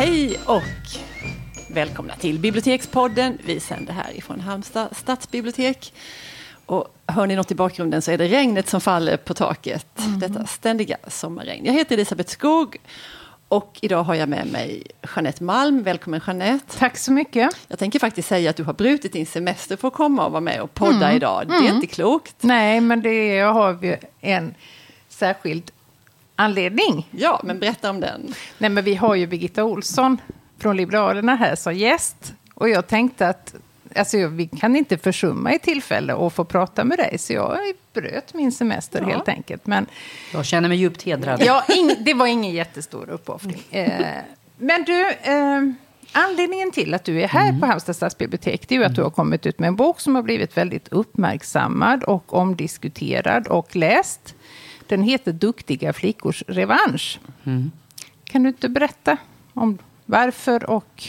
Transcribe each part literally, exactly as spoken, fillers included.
Hej och välkomna till Bibliotekspodden. Vi sänder här ifrån Halmstad stadsbibliotek. Och hör ni något i bakgrunden så är det regnet som faller på taket. Mm. Detta ständiga sommarregn. Jag heter Elisabeth Skog och idag har jag med mig Jeanette Malm. Välkommen Jeanette. Tack så mycket. Jag tänker faktiskt säga att du har brutit din semester för att komma och vara med och podda mm. idag. Det är mm. inte klokt. Nej, men det har vi en särskild anledning. Ja, men berätta om den. Nej, men vi har ju Birgitta Olsson från Liberalerna här som gäst. Och jag tänkte att alltså, vi kan inte försumma i tillfälle och få prata med dig. Så jag bröt min semester ja. helt enkelt. Men, jag känner mig djupt hedrad. Ja, ing, det var ingen jättestor uppoffring. Eh, men du, eh, anledningen till att du är här mm. på Halmstad stadsbibliotek det är ju att du har kommit ut med en bok som har blivit väldigt uppmärksammad och omdiskuterad och läst. Den heter Duktiga flickors revansch. Mm. Kan du inte berätta om varför och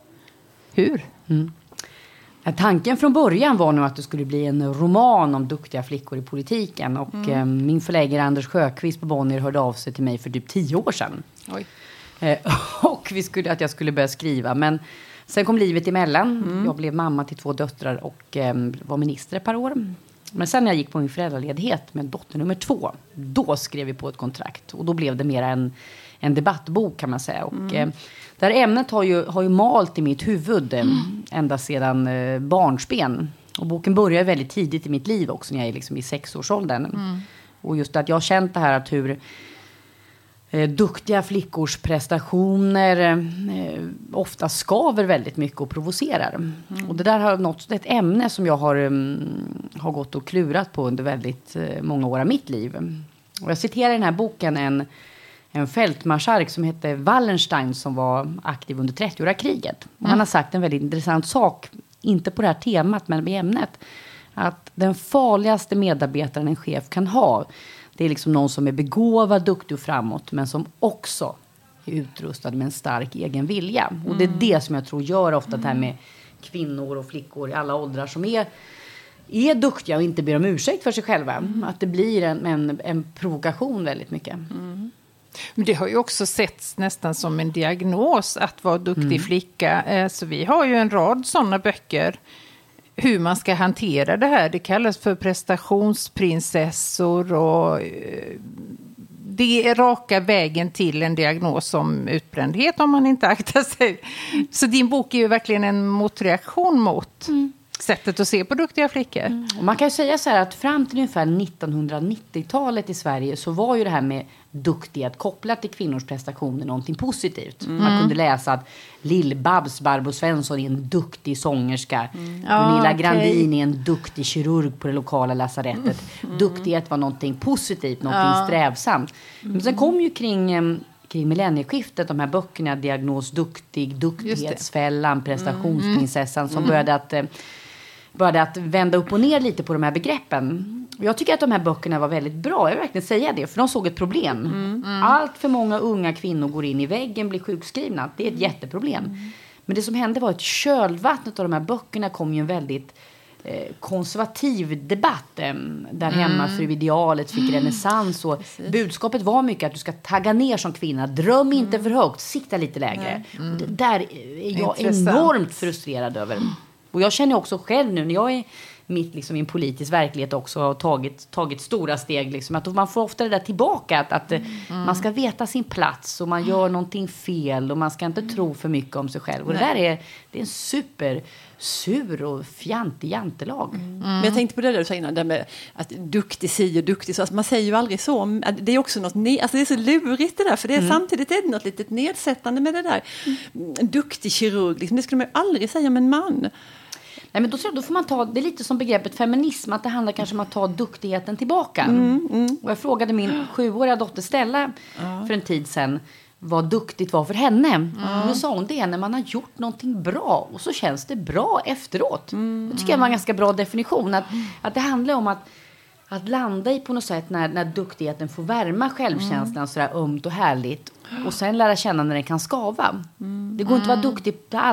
hur? Mm. Tanken från början var nog att det skulle bli en roman om duktiga flickor i politiken. Och mm. eh, min förläggare Anders Sjöqvist på Bonnier hörde av sig till mig för typ tio år sedan. Oj. Eh, och vi skulle, att jag skulle börja skriva. Men sen kom livet emellan. Mm. Jag blev mamma till två döttrar och eh, var minister ett par år. Men sen när jag gick på min föräldraledighet med dotter nummer två, då skrev vi på ett kontrakt. Och då blev det mer en, en debattbok kan man säga. Och mm. eh, det här ämnet har ju, har ju malt i mitt huvud eh, mm. ända sedan eh, barnsben. Och boken börjar väldigt tidigt i mitt liv också när jag är liksom i sexårsåldern. Mm. Och just att jag har känt det här att hur eh, duktiga flickors prestationer eh, ofta skaver väldigt mycket och provocerar. Mm. Och det där har något, ett ämne som jag har, um, har gått och klurat på under väldigt uh, många år av mitt liv. Och jag citerar i den här boken en, en fältmarskalk som heter Wallenstein som var aktiv under trettioåriga kriget. Och mm. han har sagt en väldigt intressant sak, inte på det här temat men med ämnet. Att den farligaste medarbetaren en chef kan ha, det är liksom någon som är begåvad, duktig och framåt. Men som också är utrustad med en stark egen vilja. Mm. Och det är det som jag tror gör ofta mm. det här med kvinnor och flickor i alla åldrar som är, är duktiga och inte ber om ursäkt för sig själva. Mm. Att det blir en, en, en provokation väldigt mycket. Mm. Men det har ju också setts nästan som en diagnos att vara duktig mm. flicka. Så vi har ju en rad sådana böcker. Hur man ska hantera det här. Det kallas för prestationsprinsessor och det är raka vägen till en diagnos som utbrändhet om man inte aktar sig. Så din bok är ju verkligen en motreaktion mot mm. sättet att se på duktiga flickor. Mm. Och man kan ju säga så här att fram till ungefär nittonhundranittiotalet i Sverige så var ju det här med duktighet kopplat till kvinnors prestationer någonting positivt. Mm. Man kunde läsa att Lill-Babs Barbro Svensson är en duktig sångerska. Mm. Gunilla ah, okay. Grandin är en duktig kirurg på det lokala lasarettet. Mm. Duktighet var någonting positivt, någonting ah. strävsamt. Mm. Men sen kom ju kring, kring millennieskiftet de här böckerna Diagnos duktig, Duktighetsfällan, Prestationsprinsessan mm. som började att, började att vända upp och ner lite på de här begreppen. Jag tycker att de här böckerna var väldigt bra. Jag vill verkligen säga det. För de såg ett problem. Mm, mm. Allt för många unga kvinnor går in i väggen, blir sjukskrivna. Det är ett jätteproblem. Mm. Men det som hände var att kölvattnet av de här böckerna kom ju en väldigt eh, konservativ debatt. Eh, där mm. hemma för idealet fick renässans. Och budskapet var mycket att du ska tagga ner som kvinna. Dröm mm. inte för högt. Sikta lite lägre. Mm. Och det där är jag Intressant. enormt frustrerad över. Och jag känner också själv nu när jag är mitt liksom i en politisk verklighet också har tagit, tagit stora steg. Liksom. Att man får ofta det där tillbaka. Att, att mm. man ska veta sin plats och man gör någonting fel och man ska inte mm. tro för mycket om sig själv. Och Nej. det där är, det är en super sur och fjantig jantelag. Mm. Mm. Men jag tänkte på det där du sa innan, det med att duktig si och duktig så. Alltså man säger ju aldrig så. Det är också något, ne- alltså det är så lurigt det där. För det är, mm. samtidigt är det något lite nedsättande med det där. Mm. Duktig kirurg, liksom, det skulle man ju aldrig säga om en man. Nej, men då, då får man ta, det är lite som begreppet feminism, att det handlar kanske om att ta duktigheten tillbaka. Mm, mm. Och jag frågade min sjuåriga dotter Stella ja. för en tid sedan vad duktigt var för henne. Mm. Och då sa hon det, när man har gjort någonting bra och så känns det bra efteråt. Mm. Det tycker jag var en ganska bra definition. Att, att det handlar om att, att landa i på något sätt när, när duktigheten får värma självkänslan mm. sådär ömt och härligt. Och sen lära känna när den kan skava. Mm. Det går inte att vara duktig på allt.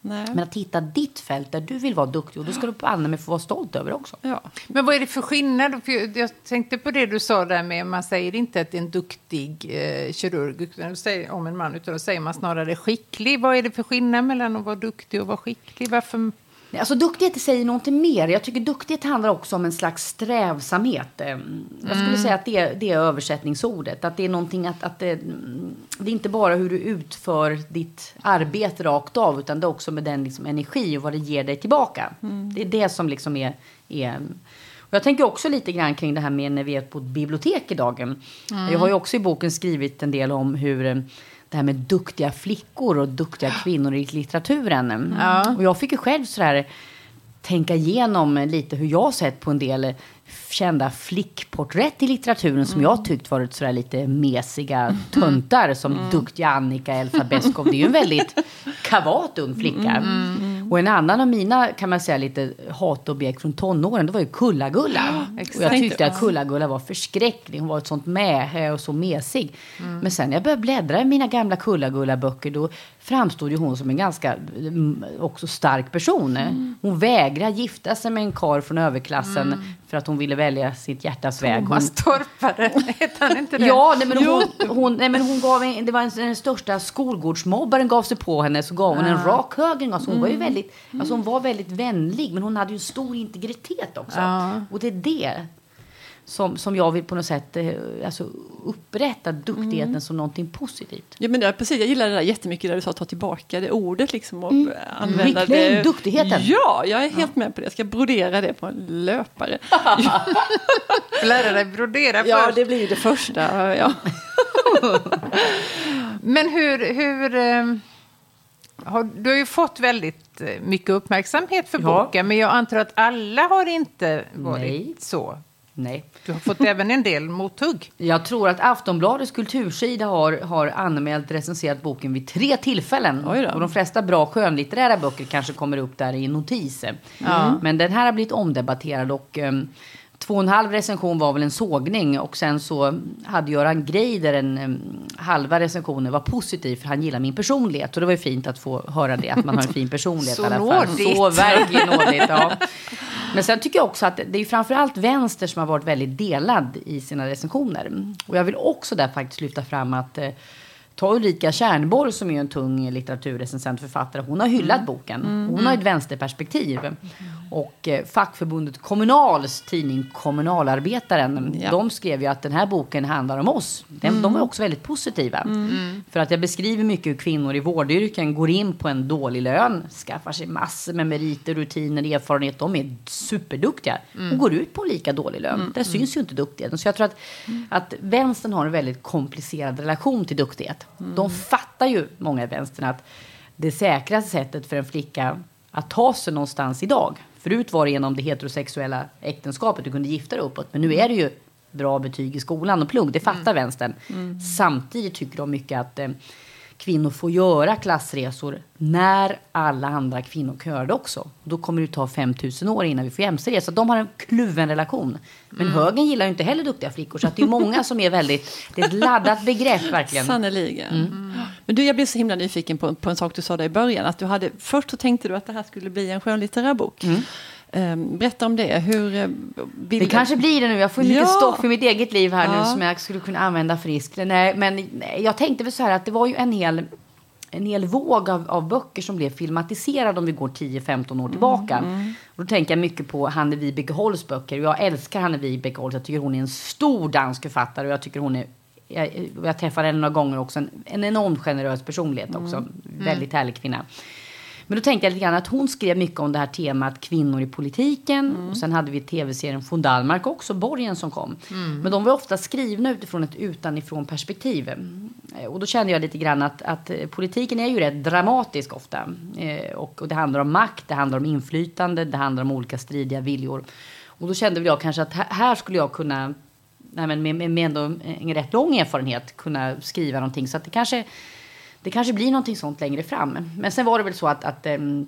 Nej. Men att hitta ditt fält där du vill vara duktig, och då ska du på andra med få vara stolt över också. Ja. Men vad är det för skillnad? För jag tänkte på det du sa där med, man säger inte att det är en duktig eh, kirurg utan säger, om en man, utan då säger man snarare skicklig. Vad är det för skillnad mellan att vara duktig och vara skicklig? Varför... Alltså duktighet säger någonting mer. Jag tycker duktighet handlar också om en slags strävsamhet. Jag skulle mm. säga att det är, det är översättningsordet. Att det är någonting att, att det, det är inte bara hur du utför ditt arbete rakt av, utan det är också med den liksom energi och vad det ger dig tillbaka. Mm. Det är det som liksom är... är och jag tänker också lite grann kring det här med när vi är på ett bibliotek idag. Mm. Jag har ju också i boken skrivit en del om hur... det här med duktiga flickor och duktiga kvinnor i litteraturen. Ja. Och jag fick ju själv sådär tänka igenom lite hur jag sett på en del kända flickporträtt i litteraturen som mm. jag tyckt varit sådär lite mesiga tuntar som mm. duktiga Annika Elsa Beskow. Det är ju en väldigt kavat ung flicka. Mm. Mm. Och en annan av mina, kan man säga, lite hatobjekt från tonåren, det var ju Kulla-Gulla. Ja, och jag tyckte att Kulla-Gulla var förskräcklig. Hon var ett sånt mähä och så mesig. Mm. Men sen när jag började bläddra i mina gamla Kulla-Gulla-böcker, då framstod ju hon som en ganska också stark person. Mm. Hon vägrade gifta sig med en karl från överklassen mm. för att hon ville välja sitt hjärtas väg. Thomas Torpare, heter han inte det? Ja, nej, men hon, hon, nej, men hon gav en, det var en, den största skolgårdsmobbaren gav sig på henne, så gav hon en rak högring. Alltså hon mm. var ju väldigt, alltså hon var väldigt vänlig, men hon hade ju stor integritet också. Ja. Och det är det som, som jag vill på något sätt alltså, upprätta duktigheten mm. som någonting positivt. Ja, men det, precis, jag gillar det där jättemycket där du sa ta tillbaka det ordet liksom och mm. använda Reclaim det. Duktigheten. Ja, jag är helt ja. med på det. Jag ska brodera det på en löpare. Lära dig brodera först. Ja, det blir det första. Ja. Men hur... hur um... Du har ju fått väldigt mycket uppmärksamhet för ja. boken, men jag antar att alla har inte varit Nej. så. Nej. Du har fått även en del mothugg. Jag tror att Aftonbladets kultursida har, har anmält recenserat boken vid tre tillfällen. Och de flesta bra skönlitterära böcker kanske kommer upp där i notis. Mm. Men den här har blivit omdebatterad och... Um, Två och en halv recension var väl en sågning, och sen så hade Göran Greider en um, halva recensionen var positiv för han gillar min personlighet, och det var ju fint att få höra det, att man har en fin personlighet. Så i alla fall. nådigt. Så verkligen nådigt, ja. Men sen tycker jag också att det är framförallt vänster som har varit väldigt delad i sina recensioner. Och jag vill också där faktiskt lyfta fram att eh, ta Ulrika Tjärnborg som är en tung litteraturrecensent författare. Hon har hyllat mm. boken. Hon mm. har ett vänsterperspektiv. Mm. Och eh, fackförbundet Kommunals tidning Kommunalarbetaren, ja. de skrev ju att den här boken handlar om oss. De, mm. de var också väldigt positiva. Mm. För att jag beskriver mycket hur kvinnor i vårdyrken går in på en dålig lön, skaffar sig massor med meriter, rutiner, erfarenhet. De är superduktiga mm. och går ut på en lika dålig lön. Mm. Där syns ju inte duktigheten. Så jag tror att, mm. att vänstern har en väldigt komplicerad relation till duktighet. Mm. De fattar ju, många i vänstern, att det säkraste sättet för en flicka att ta sig någonstans idag. Förut var det genom det heterosexuella äktenskapet du kunde gifta dig uppåt. Men nu är det ju bra betyg i skolan och plugg. Det fattar mm. vänstern. Mm. Samtidigt tycker de mycket att eh, kvinnor får göra klassresor när alla andra kvinnor kan göra det också. Då kommer det ta fem tusen år innan vi får jämställdhet. Så de har en kluven relation. Men mm. högern gillar ju inte heller duktiga flickor. Så att det är många som är väldigt... Det är ett laddat begrepp verkligen. Sannoliken. Mm. Mm. Men du, jag blev så himla nyfiken på, på en sak du sa där i början. Att du hade, först så tänkte du att det här skulle bli en skönlitterär bok. Mm. Um, berätta om det. Hur, vill det kanske blir det nu. Jag får mycket ja. stoff i mitt eget liv här ja. nu som jag skulle kunna använda friskt. Nej, men nej, jag tänkte väl så här att det var ju en hel, en hel våg av, av böcker som blev filmatiserade om vi går tio femton år tillbaka. Mm, mm. Och då tänker jag mycket på Hanne Vibeke Holsts böcker. Jag älskar Hanne Vibeke Holst. Jag tycker hon är en stor dansk författare och jag tycker hon är jag, jag träffade henne några gånger också. En, en enormt generös personlighet också. Mm. Väldigt härlig kvinna. Men då tänkte jag lite grann att hon skrev mycket om det här temat kvinnor i politiken. Mm. Och sen hade vi tv-serien från Danmark också, Borgen, som kom. Mm. Men de var ofta skrivna utifrån ett utanifrån perspektiv. Och då kände jag lite grann att, att politiken är ju rätt dramatisk ofta. Eh, och, och det handlar om makt, det handlar om inflytande, det handlar om olika stridiga viljor. Och då kände jag kanske att här, här skulle jag kunna, nej men med, med, med ändå en rätt lång erfarenhet, kunna skriva någonting. Så att det kanske... Det kanske blir någonting sånt längre fram. Men sen var det väl så att, att, äm,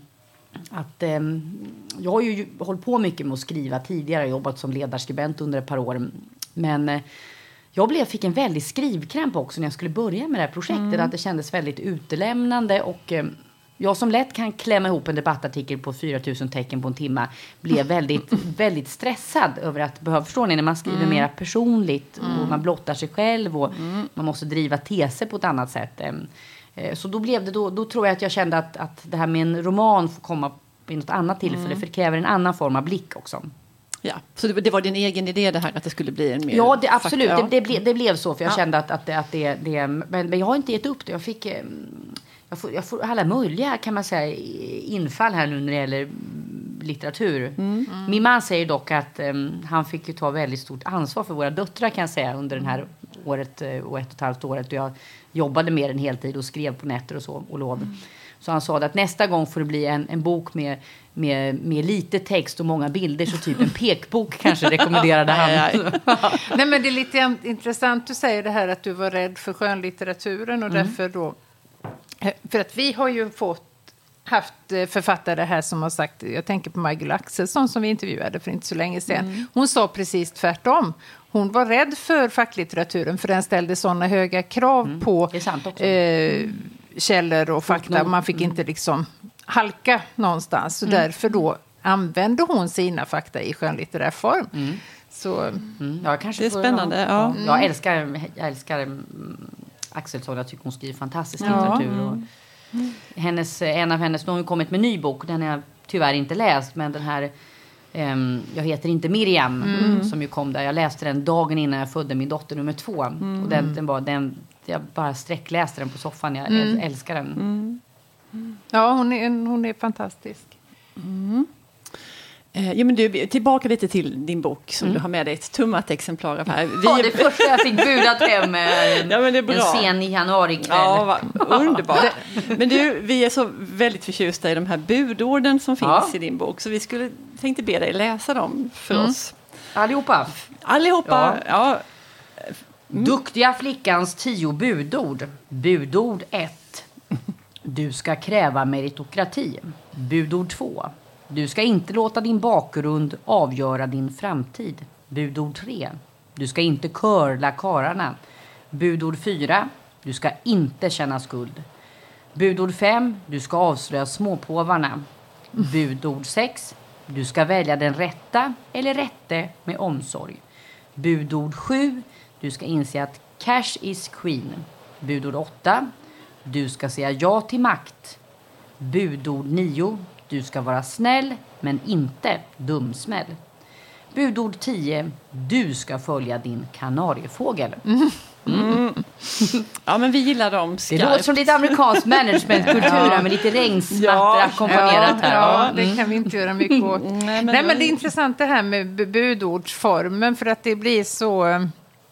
att äm, jag har ju hållit på mycket med att skriva tidigare. Jobbat som ledarskribent under ett par år. Men äh, jag blev, fick en väldigt skrivkramp också när jag skulle börja med det här projektet. Mm. Att det kändes väldigt utelämnande. Och äh, Jag som lätt kan klämma ihop en debattartikel på fyra tusen tecken på en timme blev väldigt, väldigt stressad över att behöva, förstå ni, när man skriver mm. mer personligt och mm. man blottar sig själv och mm. man måste driva teser på ett annat sätt. Så då blev det, då, då tror jag att jag kände att, att det här med en roman får komma vid något annat tillfälle, mm. för det kräver en annan form av blick också. Ja, så det, det var din egen idé det här att det skulle bli en mer... Ja, det, absolut. Fack, ja. Det, det, ble, det blev så, för jag ja. kände att, att, det, att det, det... Men, men jag har inte gett upp det. Jag fick... Jag får, jag får alla möjliga, kan man säga, infall här nu när det gäller litteratur. Mm. Mm. Min man säger dock att um, han fick ju ta väldigt stort ansvar för våra döttrar, kan jag säga, under det här året och ett och ett halvt året. Och jag jobbade mer en heltid och skrev på nätter och så och lov. Mm. Så han sa att nästa gång får det bli en, en bok med, med, med lite text och många bilder, så typ en pekbok kanske rekommenderade han. Nej, men det är lite intressant att säga det här att du var rädd för skönlitteraturen och mm. därför då, för att vi har ju fått haft författare här som har sagt, jag tänker på Majgull Axelsson som vi intervjuade för inte så länge sedan. Mm. Hon sa precis tvärtom. Hon var rädd för facklitteraturen för den ställde sådana höga krav mm. på eh, källor och fakta. Man fick inte liksom halka någonstans. Så mm. därför då använde hon sina fakta i skönlitterär form. Mm. Så, mm. ja, kanske det är får, spännande. Ja. Ja. Mm. Jag älskar, jag älskar mm, Axelsson. Jag tycker hon skriver fantastisk ja. litteratur. Och mm. hennes, en av hennes, nu har hon kommit med en ny bok. Den har jag tyvärr inte läst. Men den här, um, jag heter inte Miriam. Mm. Som ju kom där. Jag läste den dagen innan jag födde min dotter nummer två. Mm. Och den, den var, den, jag bara sträckläste den på soffan. Jag mm. älskar den. Mm. Mm. Ja, hon är, hon är fantastisk. Mm. Eh, ja, men du, tillbaka lite till din bok som mm. du har med dig ett tummat exemplar av här. Vi... Ja, det första jag fick budat hem en, ja, men det är bra. En sen i januari kväll. Ja, va, underbart. Men du, vi är så väldigt förtjusta i de här budorden som finns ja. i din bok. Så vi skulle tänkte be dig läsa dem för mm. oss. Allihopa? Allihopa, ja. ja. Mm. Duktiga flickans tio budord. Budord ett. Du ska kräva meritokrati. Budord två. Du ska inte låta din bakgrund avgöra din framtid. Budord tre. Du ska inte körla kararna. Budord fyra. Du ska inte känna skuld. Budord fem. Du ska avslöja småpåvarna. Budord sex. Du ska välja den rätta eller rätte med omsorg. Budord sju. Du ska inse att cash is queen. Budord åtta. Du ska säga ja till makt. Budord nio. Du ska vara snäll men inte dumsmäll. Budord tio. Du ska följa din kanariefågel. Mm. Mm. Ja, men vi gillar dem skarpt. Det låter som lite amerikansk managementkultur ja. med lite regnsmatter ja. ackompanjerat här. Ja, ja, det kan vi inte göra mycket åt. Nej, men, Nej, men det är intressant det här med budordsformen för att det blir så...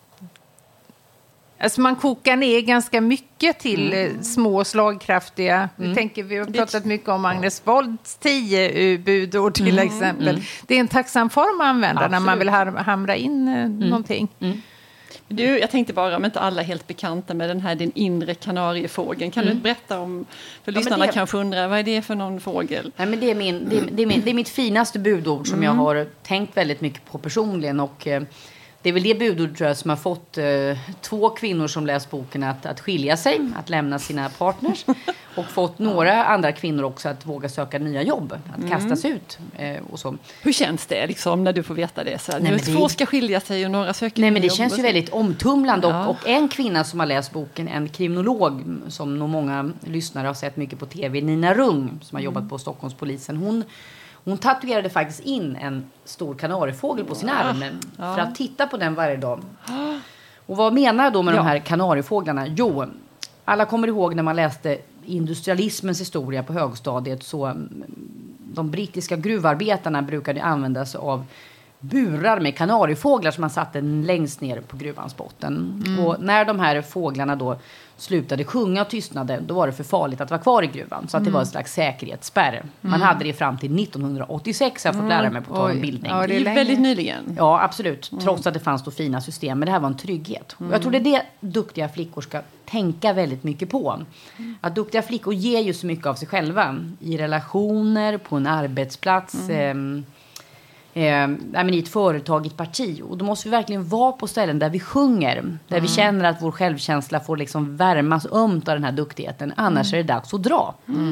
Alltså man kokar ner ganska mycket till mm. små slagkraftiga. Mm. Vi tänker vi har pratat mycket om Agnes Wolds tio budord till mm. exempel. Mm. Det är en tacksam form att använda Absolut. när man vill hamra in mm. någonting. Mm. Du, jag tänkte bara om inte alla är helt bekanta med den här din inre kanariefågeln. Kan mm. du berätta om, för ja, lyssnarna det... kanske undrar, vad är det för någon fågel? Nej, men det, är min, det, är, det, är min, det är mitt finaste budord som mm. jag har tänkt väldigt mycket på personligen och... Det är väl det budord tror jag som har fått eh, två kvinnor som läst boken att, att skilja sig, att lämna sina partners. Och fått några andra kvinnor också att våga söka nya jobb, att mm. kastas ut. Eh, och så. Hur känns det liksom, när du får veta det? Så här, Nej, nu två ska skilja sig och några söker Nej, men det jobb känns ju väldigt omtumlande. Ja. Och, och en kvinna som har läst boken, en kriminolog som nog många lyssnare har sett mycket på tv, Nina Rung, som har jobbat på Stockholmspolisen. Hon... Hon tatuerade faktiskt in en stor kanariefågel på sin arm ja. för att titta på den varje dag. Och vad menar jag då med ja. de här kanariefåglarna? Jo, alla kommer ihåg när man läste industrialismens historia på högstadiet så de brittiska gruvarbetarna brukade använda sig av burar med kanariefåglar som man satte längst ner på gruvans botten. Mm. Och när de här fåglarna då slutade sjunga och tystnade, då var det för farligt att vara kvar i gruvan. Så att det mm. var en slags säkerhetsspärr. Man mm. hade det fram till nittonhundraåttiosex, jag har fått lära mig på tal om bildning. Ja, det är väldigt nyligen. Ja, absolut. Mm. Trots att det fanns då fina system. Men det här var en trygghet. Mm. Och jag tror det är det duktiga flickor ska tänka väldigt mycket på. Mm. Att duktiga flickor ger ju så mycket av sig själva. I relationer, på en arbetsplats... Mm. Eh, Eh, I ett företag, i ett parti. Och då måste vi verkligen vara på ställen där vi sjunger. Där mm. vi känner att vår självkänsla får liksom värmas ömt av den här duktigheten. Annars mm. är det dags att dra. Mm.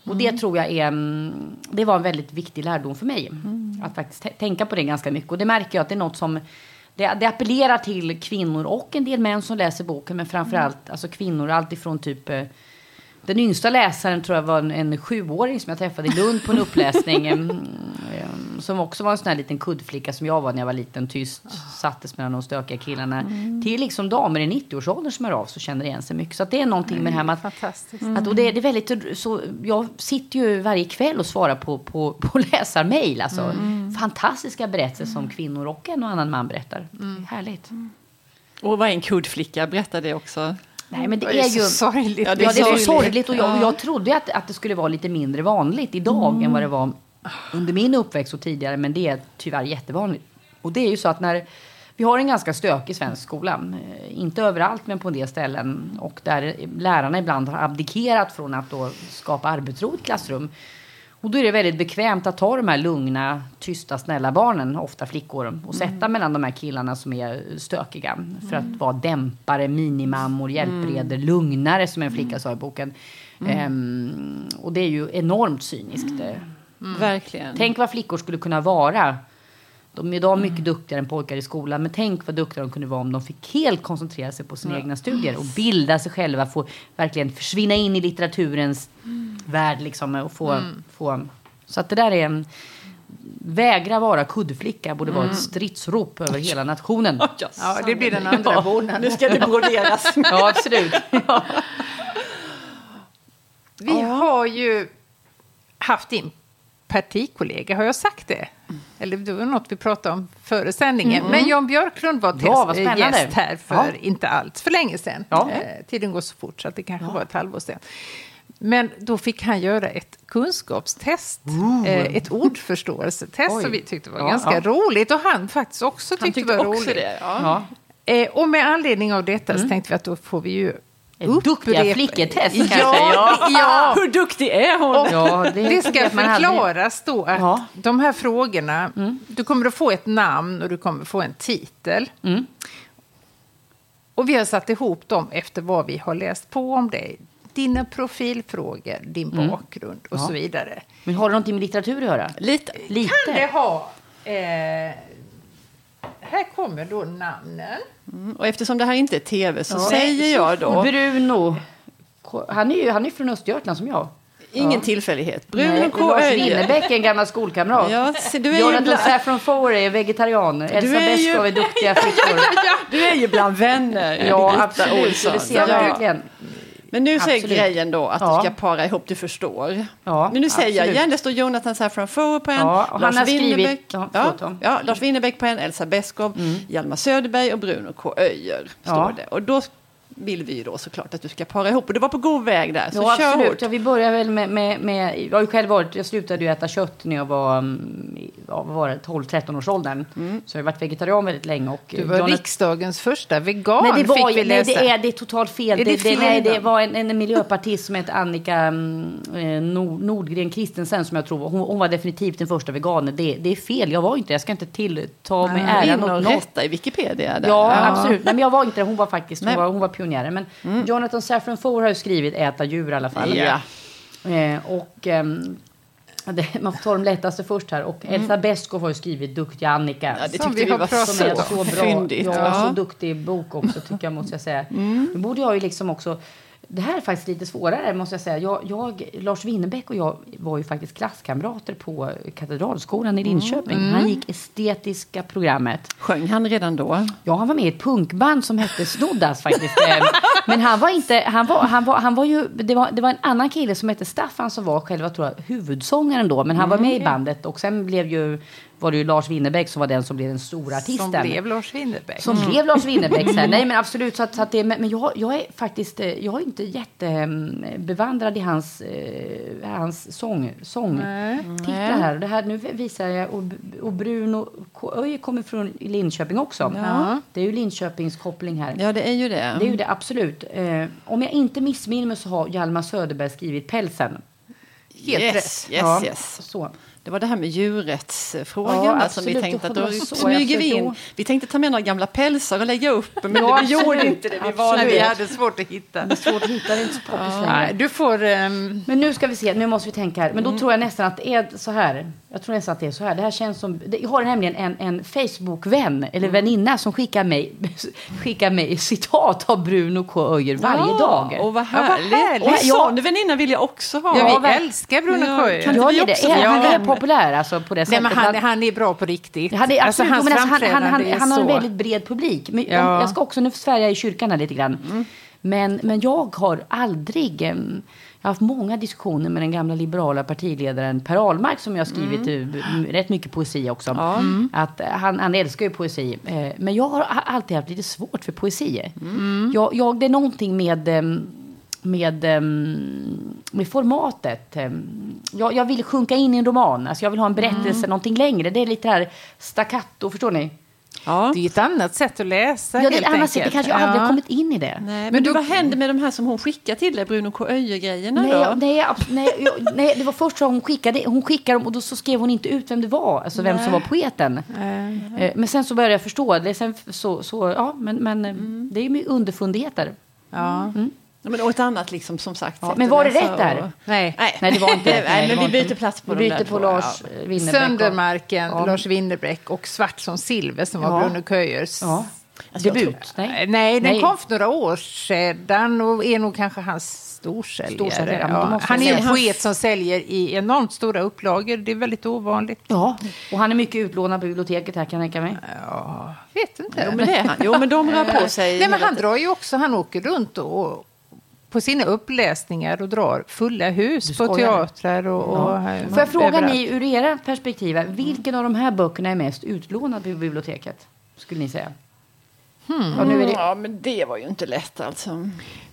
Och det tror jag är, det var en väldigt viktig lärdom för mig. Mm. Att faktiskt t- tänka på det ganska mycket. Och det märker jag att det är något som, det, det appellerar till kvinnor och en del män som läser boken. Men framförallt mm. alltså kvinnor, alltifrån typ, den yngsta läsaren tror jag var en, en sjuåring som jag träffade i Lund på en uppläsning. um, som också var en sån här liten kuddflicka som jag var när jag var liten, tyst, sattes mellan de stökiga killarna. Mm. Till liksom damer i nittio-årsåldern som är av så känner igen sig mycket. Så att det är någonting med det här med att, fantastiskt. att och det, det är väldigt så, jag sitter ju varje kväll och svarar på, på, på läsarmail. Alltså, mm. fantastiska berättelser som kvinnor och en och annan man berättar. Mm. Härligt. Mm. Och vad är en kuddflicka? Berätta det också. Nej, men det, det är, är ju ju sorgligt. Ja, det är, ja, det är så sorgligt. Och jag, jag trodde att, att det skulle vara lite mindre vanligt idag mm. än vad det var under min uppväxt och tidigare. Men det är tyvärr jättevanligt. Och det är ju så att när vi har en ganska stökig svensk skola, inte överallt men på en del ställen, och där lärarna ibland har abdikerat från att då skapa arbetsro i ett klassrum. Och då är det väldigt bekvämt att ta de här lugna, tysta, snälla barnen, ofta flickor, och sätta mm. mellan de här killarna som är stökiga. För att vara dämpare, minimammor, hjälpreder, mm. lugnare, som en flicka sa i boken. Mm. Um, och det är ju enormt cyniskt. Mm. Mm. Verkligen. Tänk vad flickor skulle kunna vara. De är idag mycket mm. duktigare än pojkar i skolan. Men tänk vad duktiga de kunde vara om de fick helt koncentrera sig på sina mm. egna studier. Och bilda sig själva. Få verkligen försvinna in i litteraturens mm. värld. Liksom, och få, mm. få, så att det där är en... Vägra vara kuddflicka borde mm. vara ett stridsrop över hela nationen. Oh, ja, ja, det blir den andra vården. Nu ska det broderas. Ja, absolut. Ja. Vi har ju haft din partikollega, har jag sagt det? Mm. Eller det var något vi pratade om före sändningen. Mm. Men Jan Björklund var ja, test, gäst här för ja. inte allt för länge sedan. Ja. Eh, tiden går så fort så att det kanske ja. var ett halvår sedan. Men då fick han göra ett kunskapstest, eh, ett ordförståelsetest som vi tyckte var ja, ganska ja. roligt. Och han faktiskt också tyckte, tyckte var roligt. Det, ja. Ja. Eh, och med anledning av detta mm. så tänkte vi att då får vi ju ett duktiga flicketest kanske. Ja, ja. Hur duktig är hon? Och ja, det, det ska förklaras då att ja. de här frågorna, mm. du kommer att få ett namn och du kommer att få en titel. Mm. Och vi har satt ihop dem efter vad vi har läst på om dig. Dina profilfrågor, din mm. bakgrund och ja. så vidare. Men har det någonting med litteratur att göra? Lite. Lite. Kan det ha... Eh, här kommer då namnen. Mm. Och eftersom det här inte är tv så ja. säger jag då... Bruno. Han är ju han är från Östergötland som jag. Ingen ja. tillfällighet. Bruno K. Lars Winnerbäck är en gammal skolkamrat. Ja, du är Jonathan bland... Safran Foer är vegetarian. Elsa Beskow är duktiga flickor. Du är ju bland vänner. Ja, absolut. Det ser jag verkligen. Men nu säger grejen då att ja. du ska para ihop, du förstår. Ja, men nu säger absolut. jag igen, det står Jonathan Safran Foer på en, ja, och Lars han har Winnerbäck, skrivit, ja, ja, ja, Lars Winnerbäck på en, Elsa Beskow, mm. Hjalmar Söderberg och Bruno K. Öijer står ja. det. Och då vill vi då såklart att du ska para ihop. Och det var på god väg där, så ja, kör absolut. hårt. Ja, vi börjar väl med, med, med jag har ju själv varit, jag slutade ju äta kött när jag var, ja, vad var det, tolv tretton års åldern. Mm. Så jag har varit vegetarian väldigt länge. Och du var Jonathan... riksdagens första vegan, nej, det var, fick vi läsa. Nej, det är, det är totalt fel. Är det, det, fel det, nej, det var en, en miljöpartist som heter Annika Nord, Nordgren Kristensen som jag tror, hon, hon var definitivt den första veganen. Det, det är fel, jag var inte, jag ska inte tillta mig äran och rätta i Wikipedia. Där. Ja, ja, absolut. Nej, men jag var inte det, hon var faktiskt, hon var, hon var pionjären. Men mm. Jonathan Safran Foer har ju skrivit Äta djur i alla fall. Ja. Eh, och ehm, det, man får ta de lättaste först här. Och mm. Elsa Beskow har ju skrivit Duktiga Annika. Ja, det tyckte vi, vi var så, som är så bra. Fyndigt. Ja, ja. så duktig bok också tycker jag, måste jag säga. Mm. Nu borde jag ju liksom också... Det här är faktiskt lite svårare, måste jag säga. Jag, jag, Lars Winnerbäck och jag var ju faktiskt klasskamrater på Katedralskolan i Linköping. Mm. Han gick estetiska programmet. Sjöng han redan då? Ja, han var med i ett punkband som hette Snoddas faktiskt. Men han var inte, han var, han var, han var ju, det var, det var en annan kille som hette Staffan som var själva, tror jag, huvudsångaren då. Men han mm. var med i bandet och sen blev ju... var det ju Lars Winnerbäck som var den som blev den stora artisten. Som blev Lars Winnerbäck. Som mm. blev Lars Winnerbäck sen. Nej, men absolut. Så att, så att det, men jag, jag är faktiskt, jag är inte jättebevandrad i hans, eh, hans sång, sångtitlar här. Det här. Nu visar jag, och, och Bruno Öijer kommer från Linköping också. Ja. Det är ju Linköpings koppling här. Ja, det är ju det. Det är ju det, absolut. Eh, om jag inte missminner mig så har Hjalmar Söderberg skrivit Pälsen. Helt yes, rätt. Yes, ja, yes. Så. Det var det här med djurrättsfrågan Ja, där absolut. som vi tänkte att då Så smyger vi jag in. Vi tänkte ta med några gamla pälsar och lägga upp, men Ja, vi gjorde absolut. inte det. Vi Absolut. valde Vi hade svårt att hitta. Det är svårt att hitta, det är inte så poppis längre. Nej, du får... ehm, Men nu ska vi se, nu måste vi tänka här. Men då tror jag nästan att det är så här. Jag tror nästan att det är så här. Det här känns som... Jag har nämligen en, en Facebook-vän eller väninna som skickar mig, skickar mig citat av Bruno K. Öijer varje dag. Och vad Ja, vad härligt. härligt. Och Ja. sån väninna vill jag också ha. Ja, vi verkligen. älskar Bruno Ja, K. Öijer. kan Ja, vi det är också det. få Han är hem? populär alltså på det Nej, sättet. men han, att- han är bra på riktigt. Han, är, Alltså, absolut, hans men alltså, han, han, han, framträdande är han har en så- väldigt bred publik. Men Ja. jag, jag ska också, nu svär jag i kyrkan här lite grann. Men, men jag har aldrig... em, Jag har haft många diskussioner med den gamla liberala partiledaren Per Ahlmark som jag har skrivit mm. rätt mycket poesi också. Mm. Att eh, han, han älskar ju poesi. Eh, men jag har a- alltid haft lite svårt för poesi. Mm. Jag, jag, det är någonting med... em, Med, em, med formatet. Em, Jag, jag vill sjunka in i en roman. Alltså jag vill ha en berättelse, Mm. någonting längre. Det är lite här staccato, förstår ni? Ja. Det är ett annat sätt att läsa, Ja, det helt är ett annat sätt. enkelt. Det kanske jag aldrig Ja. har kommit in i det. Nej, men, Men du, du- vad hände med de här som hon skickade till dig, Bruno K. Öijer-grejerna Nej, då? nej, abs- nej, jag, nej, det var först så hon skickade, hon skickade dem och då så skrev hon inte ut vem det var, alltså vem som var poeten. Eh, Men sen så började jag förstå det. Sen så, så, ja, men, men eh, det är ju med underfundigheter. Ja. Ja, men och ett annat liksom, som sagt. Ja, sätt men att var det läsa rätt där? och- Nej. Nej. Nej, det var inte rätt. Nej, det men var vi inte- byter plats på Vi de byter där på två. Lars Ja. ja. Winnerbäck. Söndermarken, Ja. Lars Winnerbäck och Svart som silver som var Ja. Bruno K. Öijers. Ja. Alltså, jag Debut? tror- Nej. Nej, den Nej. kom för några år sedan och är nog kanske hans storsäljare. Storsäljare, ja, men då Ja. måste Han jag är säga- en poet som säljer i enormt stora upplagor. Det är väldigt ovanligt. Ja, och han är mycket utlånad på biblioteket här kan jag tänka mig. Ja, vet inte. Jo, men det är han. Jo, men de rör på sig. Nej, men hela han tiden. drar ju också, han åker runt och, på sina uppläsningar och drar fulla hus Du på skojar. teatrar och, och eh, Får jag fråga överallt. ni ur era perspektiv, vilken av de här böckerna är mest utlånad på biblioteket? Skulle ni säga? Ja, nu är det, Ja, men det var ju inte lätt alltså.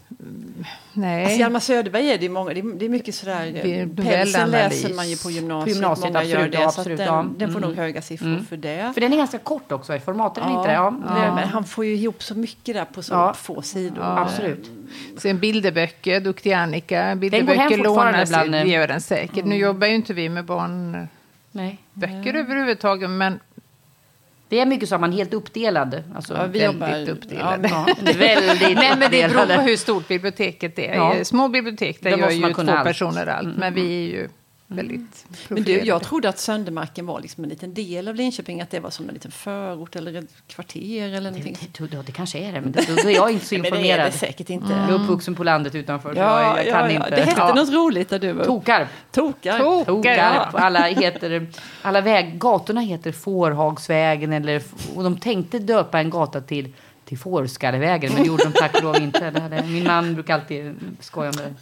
Nej. Alltså Hjalmar Söderberg är det, många, det är det är mycket sådär. Det är Pälsen novellanalys. läser man ju på gymnasiet. På gymnasiet, många gör absolut, det. ja, Så att absolut, den, ja. den får Mm. nog höga siffror för det. för den är ganska kort också i formatet, eller Ja, inte det? Ja, ja, det, men han får ju ihop så mycket där på så Ja. få sidor. absolut. Sen bilderböcker, Duktig Annika. går hem Bilderböcker fortfarande lånas, bland- det gör den säkert. Nu jobbar ju inte vi med barnböcker Nej. överhuvudtaget, men Det är mycket så att man är helt uppdelad. Alltså, Ja, vi väldigt jobbar uppdelade. ja, väldigt Nej, men det beror på uppdelade. hur stort biblioteket är. Ja. I små bibliotek där Där gör måste man ju två kunna allt. personer allt. Men vi är ju väldigt Men du, profilerade. jag trodde att Söndermarken var liksom en liten del av Linköping, att det var som en liten förort eller ett kvarter eller någonting. Det, det, det kanske är det, men då, då är jag inte så Men det är informerad. det säkert inte. Jag är uppvuxen på landet utanför, så Ja, jag, jag kan ja, ja. inte. Det hette Ja. något roligt där du var. Tokarp. Tokar. Tok- Tokarp. Ja. Alla, heter, alla väg, gatorna heter Fårhagsvägen, eller, och de tänkte döpa en gata till, till Fårskallevägen, men det gjorde de tack och lov inte. Det hade, min man brukar alltid skoja med det.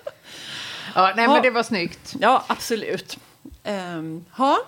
Ja, nej, Ja. men det var snyggt. Ja, absolut. Um, ha.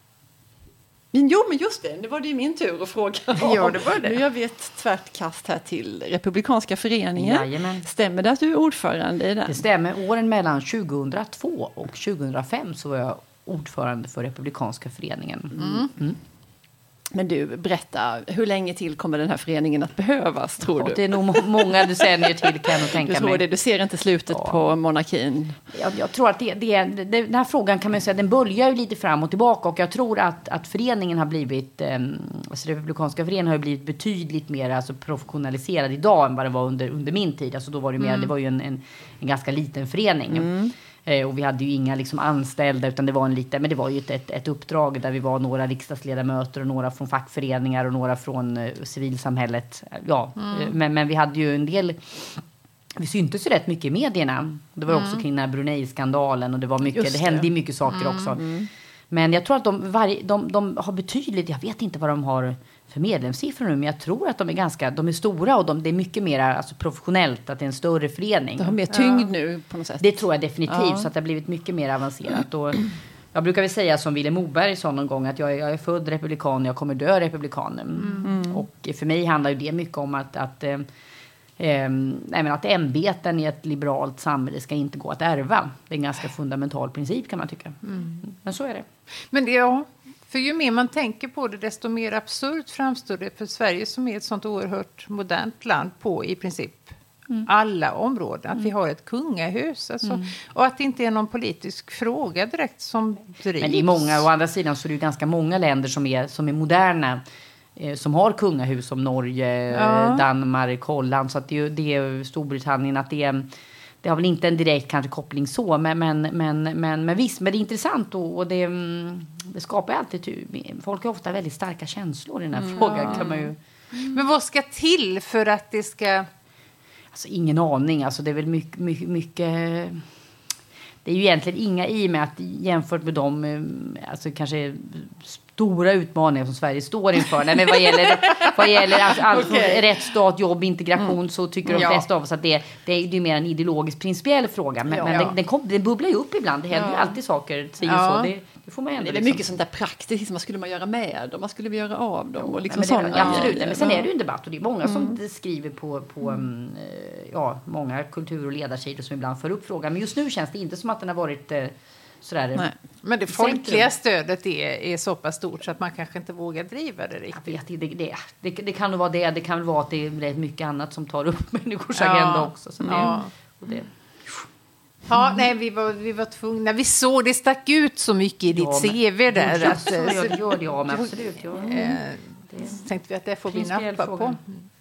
Men jo, men just det, det var det ju min tur att fråga. Ja, det var det. Nu gör vi ett tvärt kast här till Republikanska föreningen. Jajamän. Stämmer det att du är ordförande i den? Det stämmer. Åren mellan tjugohundratvå och tjugohundrafem så var jag ordförande för Republikanska föreningen. Mm. Mm. Men du, berätta, hur länge till kommer den här föreningen att behövas, tror Och du? det är nog må- många decennier till, kan jag nog Du tänka tror mig. det, du ser inte slutet Ja. på monarkin? Jag, jag tror att det, det, det, den här frågan kan man säga, den böljar ju lite fram och tillbaka, och jag tror att, att föreningen har blivit, eh, alltså Republikanska föreningen har ju blivit betydligt mer alltså, professionaliserad idag än vad det var under, under min tid. Alltså då var det mer, det var ju en, en, en ganska liten förening. Eh, och vi hade ju inga liksom, anställda, utan det var en liten, men det var ju ett, ett, ett uppdrag där vi var några riksdagsledamöter och några från fackföreningar och några från eh, civilsamhället. Ja, eh, men, men vi hade ju en del. Vi syntes ju rätt mycket i medierna. Det var också kring den här Brunei-skandalen, och det var mycket, Just det det. hände ju mycket saker också. Men jag tror att de, varje, de, de har betydligt, jag vet inte vad de har för medlemssiffror nu, men jag tror att de är ganska, de är stora, och de, det är mycket mer alltså, professionellt, att det är en större förening. Det har mer tyngd nu på något sätt. Det tror jag definitivt, Ja. så att det har blivit mycket mer avancerat. Och jag brukar väl säga som Vilhelm Moberg sa någon gång, att jag, är- jag är född republikan, jag kommer dö republikan. Mm. Och för mig handlar ju det mycket om att, att, eh, eh, nej, men att ämbeten i ett liberalt samhälle ska inte gå att ärva. Det är en ganska fundamental princip, kan man tycka. Men så är det. Men det, ja, för ju mer man tänker på det, desto mer absurt framstår det för Sverige, som är ett sånt oerhört modernt land på i princip mm. alla områden. Att mm. vi har ett kungahus. Alltså, mm. Och att det inte är någon politisk fråga direkt som drivs. Men det är många, å andra sidan så är det ju ganska många länder som är, som är moderna. Eh, som har kungahus som Norge, ja. Danmark, Holland. Så att det, det är Storbritannien att det är... Det har väl inte en direkt kanske koppling så, men, men, men, men, men visst, men det är intressant och, och det, det skapar alltid, folk har ofta väldigt starka känslor i den här mm. frågan kan man ju. Men vad ska till för att det ska... Alltså ingen aning, alltså det är väl mycket, mycket, mycket det är ju egentligen inga i med att jämfört med dem, alltså kanske stora utmaningar som Sverige står inför. Nej, men vad gäller, vad gäller alltså, allt okay. från rättsstat, jobb, integration mm. så tycker de flesta ja. av oss att det, det, är, det är mer en ideologisk principiell fråga. Men, ja. men den, den, kom, den bubblar ju upp ibland. Det händer ja. ju alltid saker. Ja. Så. Det, det får man ändå. Det är liksom. mycket sånt där praktiskt. Vad skulle man göra med dem? Vad skulle vi göra av dem? Och liksom ja, men det, absolut. Nej, men sen är det ju en debatt. Och det är många som mm. skriver på, på mm. ja, många kultur- och ledarsidor som ibland för upp frågan. Men just nu känns det inte som att den har varit... Sådär, Nej. Men det folkliga stödet är, är så pass stort så att man kanske inte vågar driva det riktigt. Jag vet, det, det, det, det kan nog vara det. Det kan väl vara att det är rätt mycket annat som tar upp människors ja. agenda också. Så det, ja. och det. Ja, nej, vi var, vi var tvungna. Vi såg det stack ut så mycket i ja, ditt C V där. Ja, att, jag gör det, ja, men absolut. Ja. Mm. Det tänkte vi att det får vi nappa på.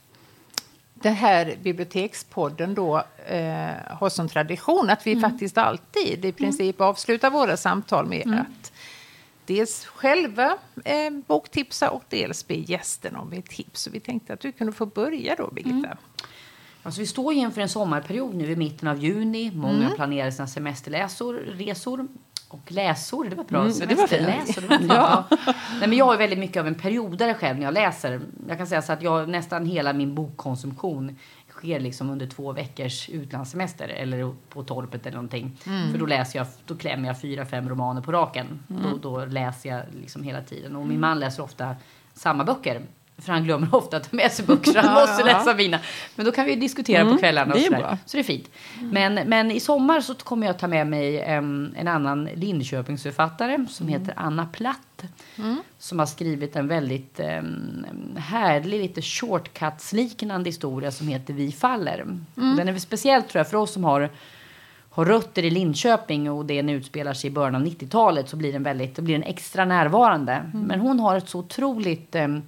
Den här bibliotekspodden då eh, har som tradition att vi mm. faktiskt alltid i princip avslutar våra samtal med mm. att dels själva eh, boktipsa och dels be gästen om ett tips. Så vi tänkte att du kunde få börja då, Birgitta. Mm. Alltså, vi står inför en sommarperiod nu i mitten av juni. Många mm. planerar sina semesterresor, resor och läsor. Det var bra. Mm, det var läsor, det var ja. Nej, men jag är väldigt mycket av en periodare själv när jag läser. Jag kan säga så att jag nästan hela min bokkonsumtion sker liksom under två veckors utlandssemester eller på torpet eller någonting. Mm. För då läser jag, då klämmer jag fyra, fem romaner på raken. Mm. Då, då läser jag liksom hela tiden. Och min man läser ofta samma böcker. För han glömmer ofta att ta med sig böcker så han måste läsa mina. Men då kan vi diskutera mm, på kvällarna och sådär. Så det är fint. Mm. Men, men i sommar så kommer jag ta med mig um, en annan Linköpingsförfattare som mm. heter Anna Platt. Mm. Som har skrivit en väldigt um, härlig, lite shortcuts-liknande historia som heter Vi faller. Mm. Och den är väl speciellt tror jag för oss som har... har rötter i Linköping och det nu utspelar sig i början av nittiotalet så blir den väldigt, det blir en extra närvarande. Mm. Men hon har ett så otroligt um,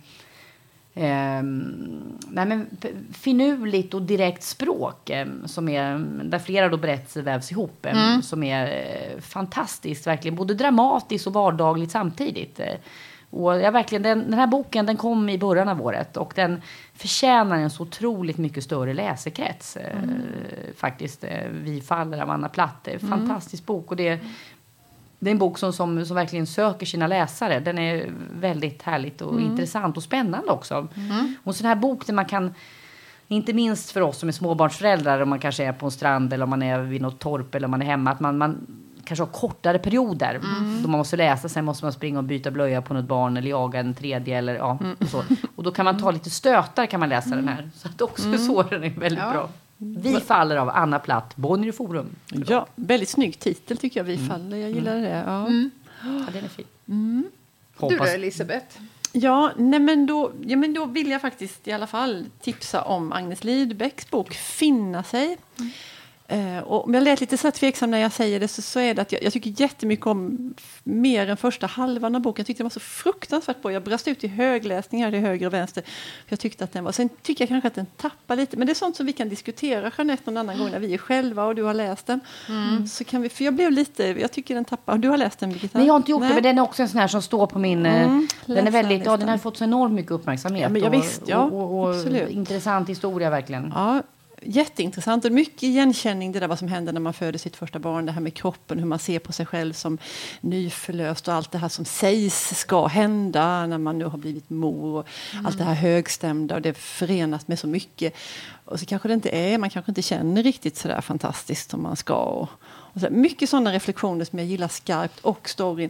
um, nej men, finurligt och direkt språk um, som är, där flera då berättelser vävs ihop um, mm. som är uh, fantastiskt, verkligen både dramatiskt och vardagligt samtidigt. Uh, Och jag verkligen, den, den här boken den kom i början av året och den förtjänar en så otroligt mycket större läsekrets. Mm. Eh, faktiskt, eh, Vi faller av Anna Platt. Mm. Fantastisk bok och det, det är en bok som, som, som verkligen söker sina läsare. Den är väldigt härligt och mm. intressant och spännande också. Mm. Och sån här bok där man kan, inte minst för oss som är småbarnsföräldrar om man kanske är på en strand eller om man är vid något torp eller om man är hemma, att man... man kanske har kortare perioder mm. då man måste läsa, sen måste man springa och byta blöja på något barn eller jaga en tredje eller ja, mm. och så. Och då kan man ta lite stötar kan man läsa mm. den här. Så att också mm. så den är väldigt ja. bra. Vi faller av Anna Platt, Bonnier Forum. Ja, väldigt snygg titel tycker jag, Vi mm. faller. Jag gillar det. Ja, mm. ja den är fin. Mm. Du då, Elisabeth? Ja, nej men då, ja, men då vill jag faktiskt i alla fall tipsa om Agnes Lidbecks bok Finna sig. Mm. Uh, och om jag lät lite så tveksam när jag säger det så, så är det att jag, jag tycker jättemycket om mer än första halvan av boken. Jag tyckte den var så fruktansvärt bra. Jag brast ut i högläsning här i höger och vänster. Jag tyckte att den var, sen tycker jag kanske att den tappar lite. Men det är sånt som vi kan diskutera, Jeanette, någon annan gång när vi är själva och du har läst den. Mm. Så kan vi, för jag blev lite, jag tycker den tappar. Du har läst den, Birgitta? Nej, jag har inte gjort Nej. det, men den är också en sån här som står på min... Mm, den är väldigt, ja, den har fått så enormt mycket uppmärksamhet. Ja, men jag visst, ja, och, och, och, och intressant historia verkligen. Ja. Jätteintressant och mycket igenkänning det där vad som händer när man föder sitt första barn, det här med kroppen, hur man ser på sig själv som nyförlöst och allt det här som sägs ska hända när man nu har blivit mor och mm. allt det här högstämda och det förenas med så mycket och så kanske det inte är, man kanske inte känner riktigt så där fantastiskt som man ska och, och så, mycket sådana reflektioner som jag gillar skarpt och storyn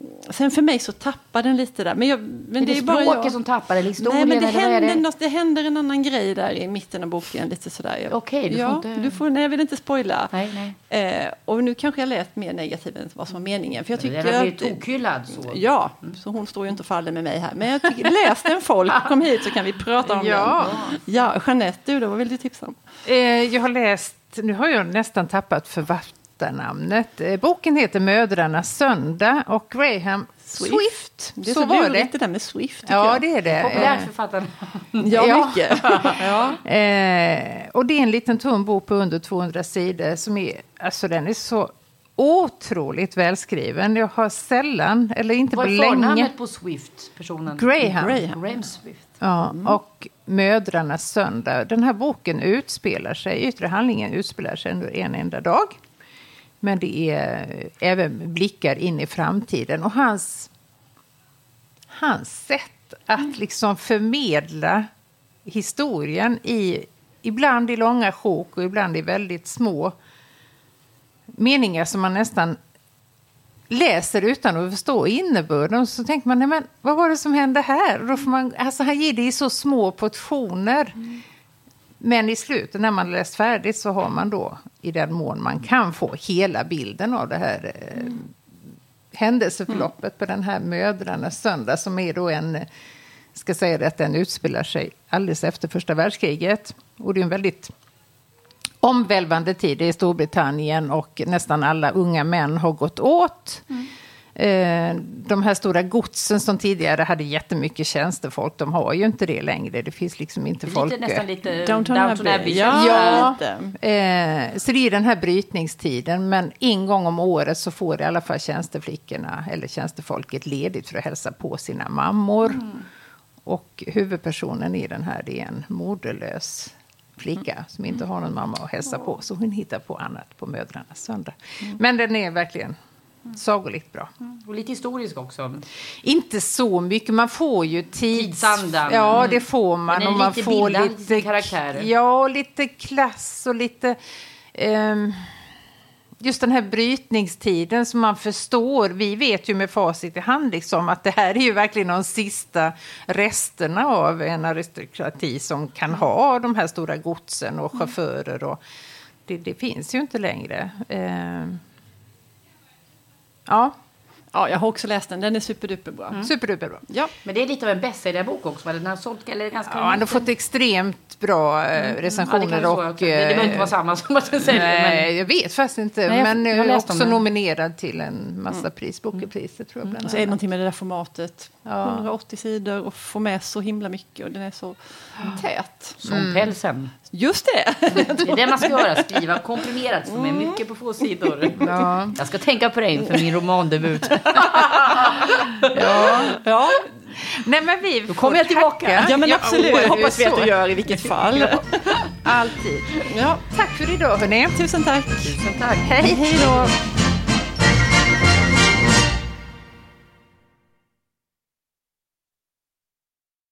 sen för mig så tappar den lite där. Men, jag, men är det, det är bara språket jag. som tappar eller historien? Nej, men det eller händer, är det? Något, det händer en annan grej där i mitten av boken. Lite sådär. Okej, du får ja, inte... Du får, nej, jag vill inte spoila. Nej, nej. Eh, och nu kanske jag lät mer negativ än vad som var meningen. För jag tycker det har att, blivit tokhyllad så. Ja, så hon står ju inte och faller med mig här. Men jag tycker, läs den folk, kom hit så kan vi prata om Ja. den. Ja, Jeanette, du då, vad vill du tipsa om? Eh, jag har läst, nu har jag nästan tappat författarnamnet. Eh, boken heter Mödrarnas söndag och Graham Swift. Swift. Det är så så var lurigt det. det där med Swift, tycker Ja, jag. det är det. Populärt författaren. Ja, Ja. mycket. Ja. Eh, och det är en liten tunn bok på under tvåhundra sidor som är, alltså den är så otroligt välskriven. Jag har sällan, eller inte Vad på är länge... förnamnet på Swift-personen? Graham. Graham. Graham Swift. Ja, Mm. och Mödrarnas söndag. Den här boken utspelar sig, yttre handlingen utspelar sig under en enda dag. Men det är även blickar in i framtiden. Och hans, hans sätt att liksom förmedla historien i, ibland i långa sjok och ibland i väldigt små meningar som man nästan läser utan att förstå innebörden. Så tänker man, nej men vad var det som hände här? Då får man, alltså han ger det i så små portioner. Mm. Men i slutet när man läst färdigt så har man då i den mån man kan få hela bilden av det här eh, mm. händelseförloppet mm. på den här Mödrarnas söndag som är då en, ska säga det, att den utspelar sig alldeles efter första världskriget. Och det är en väldigt omvälvande tid i Storbritannien och nästan alla unga män har gått åt. Mm. Eh, de här stora godsen som tidigare hade jättemycket tjänstefolk, de har ju inte det längre. Det finns liksom inte lite, folk... Nästan lite Downton Abbey. Ja, ja. Lite. Eh, så det är den här brytningstiden, men en gång om året så får i alla fall tjänsteflickorna eller tjänstefolket ledigt för att hälsa på sina mammor. Mm. Och huvudpersonen i den här, det är en moderlös flicka mm. som inte har någon mamma att hälsa på. Så hon hittar på annat på Mödrarnas söndag. Mm. Men den är verkligen mm. sagolikt bra. Mm. Och lite historisk också. Inte så mycket. Man får ju tids... tidsandan. Ja, det får man. Men och man lite får bildad, lite karaktärer. Ja, lite klass och lite... Um, just den här brytningstiden som man förstår. Vi vet ju med facit i hand liksom att det här är ju verkligen de sista resterna av en aristokrati som kan ha de här stora godsen och chaufförer. Och det, det finns ju inte längre. Uh, ja. Ja, jag har också läst den. Den är superduperbra. Mm. Superduperbra. Ja. Men det är lite av en bästsäljarbok också. Den har sålt eller ganska ja, han har fått extremt bra eh, recensioner. Mm. Ja, det, och, det behöver inte vara samma som att den säljer. Nej, men... jag vet faktiskt inte. Nej, jag, men jag jag är också den. nominerad till en massa mm. pris. Bokpriset tror jag. Mm. Och så är det någonting med det där formatet. Ja. hundraåttio sidor och får med så himla mycket. Och den är så tät. Som Mm. pälsen. Just det. Det är det man ska göra. Skriva komprimerat för mig. Mycket på få sidor. Ja. Jag ska tänka på dig inför min romandebut. ja. ja. Nej, men vi Då kommer jag tillbaka. Ja, men absolut. Ja, jag hoppas vi så. att du gör i vilket fall. Ja. Alltid. Ja. Tack för idag, hörni. Tusen tack. Tusen tack. Hej. Hej då.